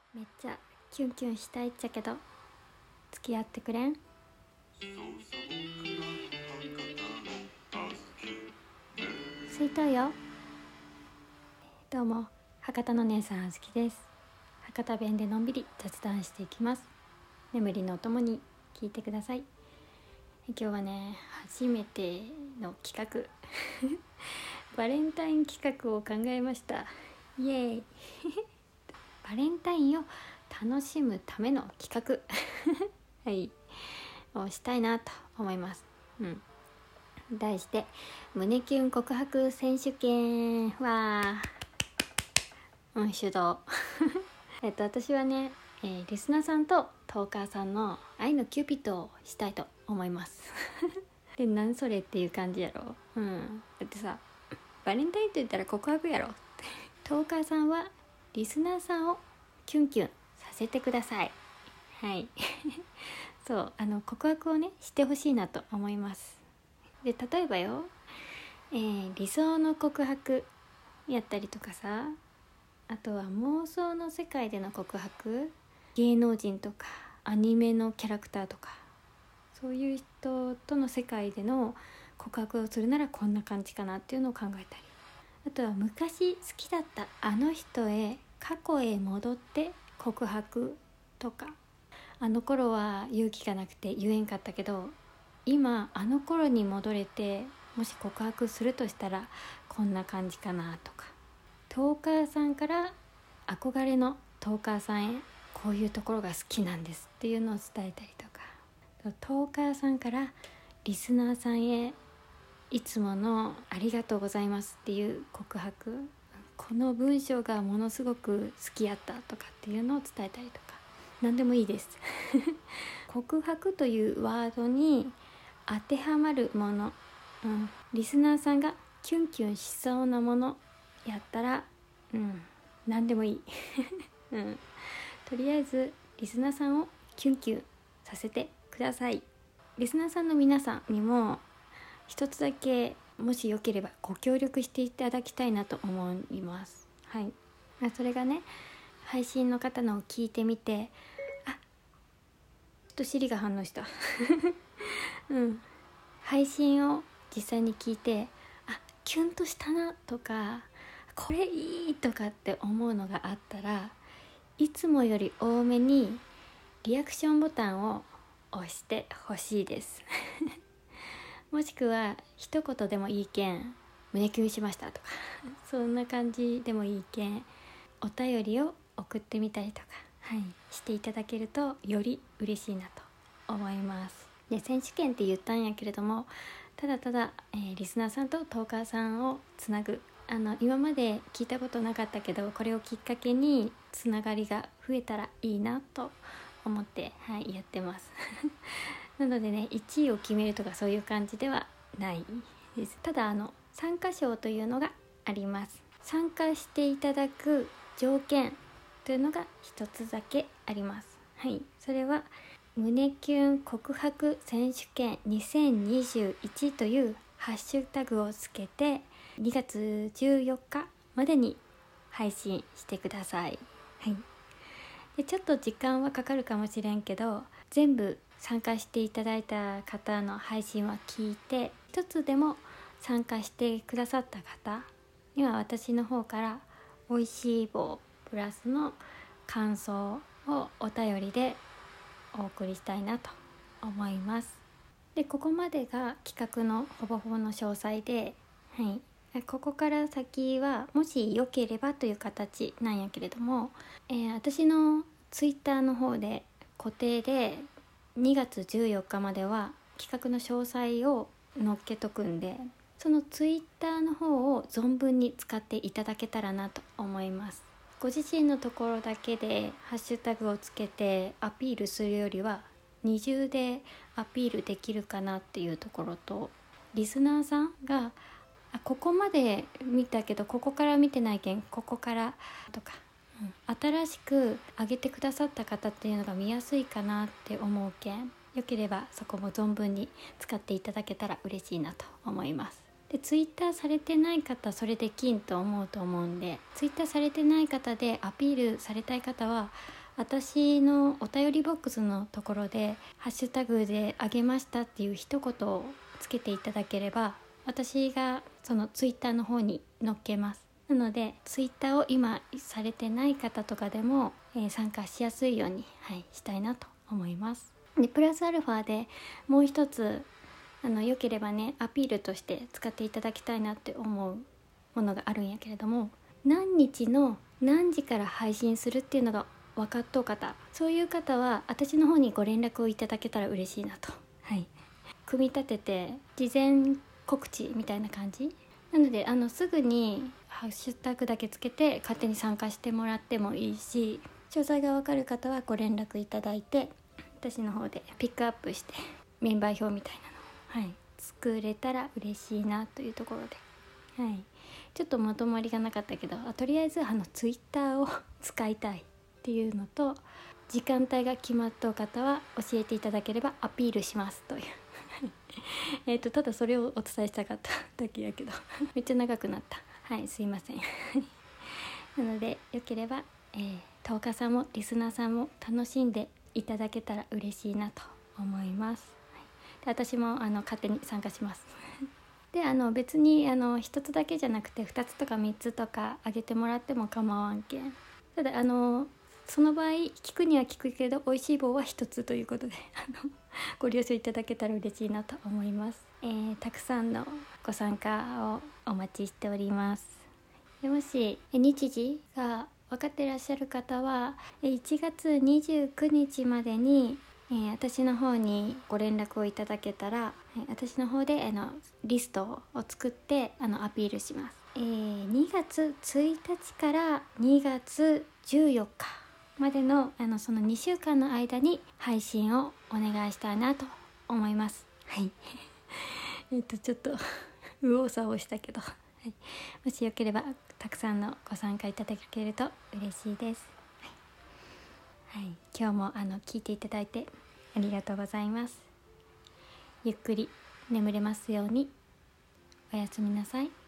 めっちゃキュンキュンしたいっちゃけど付き合ってくれん？水筒よ。どうも、博多の姉さんあずきです。博多弁でのんびり雑談していきます。眠りのお供に聞いてください。今日はね、初めての企画バレンタイン企画を考えました。イエーイバレンタインを楽しむための企画はいをしたいなと思います。題して胸キュン告白選手権は手動私はね、リスナーさんとトーカーさんの愛のキューピッドをしたいと思いますで、何それっていう感じやろ。だってさ、バレンタインと言ったら告白やろトーカーさんはリスナーさんをキュンキュンさせてください。はいそう告白をねしてほしいなと思います。で、例えばよ、理想の告白やったりとかさ、あとは妄想の世界での告白、芸能人とかアニメのキャラクターとか、そういう人との世界での告白をするならこんな感じかなっていうのを考えたり、あとは昔好きだったあの人へ過去へ戻って告白とか、あの頃は勇気がなくて言えんかったけど今あの頃に戻れてもし告白するとしたらこんな感じかなとか、トーカーさんから憧れのトーカーさんへこういうところが好きなんですっていうのを伝えたりとか、トーカーさんからリスナーさんへいつものありがとうございますっていう告白、この文章がものすごく好きやったとかっていうのを伝えたりとか、何でもいいです告白というワードに当てはまるもの、リスナーさんがキュンキュンしそうなものやったら何でもいい、とりあえずリスナーさんをキュンキュンさせてください。リスナーさんの皆さんにも一つだけもしよければご協力していただきたいなと思います。はい、それがね、配信の方のを聞いてみて、ちょっと尻が反応した配信を実際に聞いてキュンとしたなとかこれいいとかって思うのがあったら、いつもより多めにリアクションボタンを押してほしいですもしくは一言でもいいけん胸キュンしましたとかそんな感じでもいいけんお便りを送ってみたりとか、していただけるとより嬉しいなと思います。で、選手権って言ったんやけれども、ただただ、リスナーさんとトーカーさんをつなぐ、今まで聞いたことなかったけどこれをきっかけにつながりが増えたらいいなと思って、やってますなのでね、1位を決めるとかそういう感じではないです。ただ参加賞というのがあります。参加していただく条件というのが一つだけあります。それは胸キュン告白選手権2021というハッシュタグをつけて2月14日までに配信してください。で、ちょっと時間はかかるかもしれんけど、全部参加していただいた方の配信は聞いて、一つでも参加してくださった方には私の方からおいしい棒プラスの感想をお便りでお送りしたいなと思います。で、ここまでが企画のほぼほぼの詳細で、ここから先はもしよければという形なんやけれども、私のツイッターの方で固定で2月14日までは企画の詳細を載っけとくんで、そのツイッターの方を存分に使っていただけたらなと思います。ご自身のところだけでハッシュタグをつけてアピールするよりは二重でアピールできるかなっていうところと、リスナーさんがここまで見たけどここから見てないけんここからとか、新しく上げてくださった方っていうのが見やすいかなって思うけん、よければそこも存分に使っていただけたら嬉しいなと思います。で、ツイッターされてない方それできんと思うんで、ツイッターされてない方でアピールされたい方は私のお便りボックスのところでハッシュタグであげましたっていう一言をつけていただければ、私がそのツイッターの方に載っけます。なのでツイッターを今されてない方とかでも、参加しやすいように、したいなと思います。でプラスアルファでもう一つ良ければね、アピールとして使っていただきたいなって思うものがあるんやけれども、何日の何時から配信するっていうのが分かっとう方、そういう方は私の方にご連絡をいただけたら嬉しいなと、組み立てて事前告知みたいな感じなので、すぐにハッシュタグだけつけて勝手に参加してもらってもいいし、詳細が分かる方はご連絡いただいて、私の方でピックアップしてメンバー表みたいなのを、作れたら嬉しいなというところで、ちょっとまとまりがなかったけど、とりあえずツイッターを使いたいっていうのと、時間帯が決まった方は教えていただければアピールしますというただそれをお伝えしたかっただけやけどめっちゃ長くなった。すいませんなのでよければ、トーカーさんもリスナーさんも楽しんでいただけたら嬉しいなと思います。で私も勝手に参加しますで別に1つだけじゃなくて2つとか3つとかあげてもらっても構わんけん。ただその場合聞くには聞くけど美味しい棒は1つということでご了承いただけたら嬉しいなと思います。たくさんのご参加をお待ちしております。でもし日時が分かっていらっしゃる方は1月29日までに私の方にご連絡をいただけたら、私の方でリストを作ってアピールします。2月1日から2月14日までのその2週間の間に配信をお願いしたいなと思います。ちょっと右往左往したけど、もしよければたくさんのご参加いただけると嬉しいです。今日も聞いていただいてありがとうございます。ゆっくり眠れますように。おやすみなさい。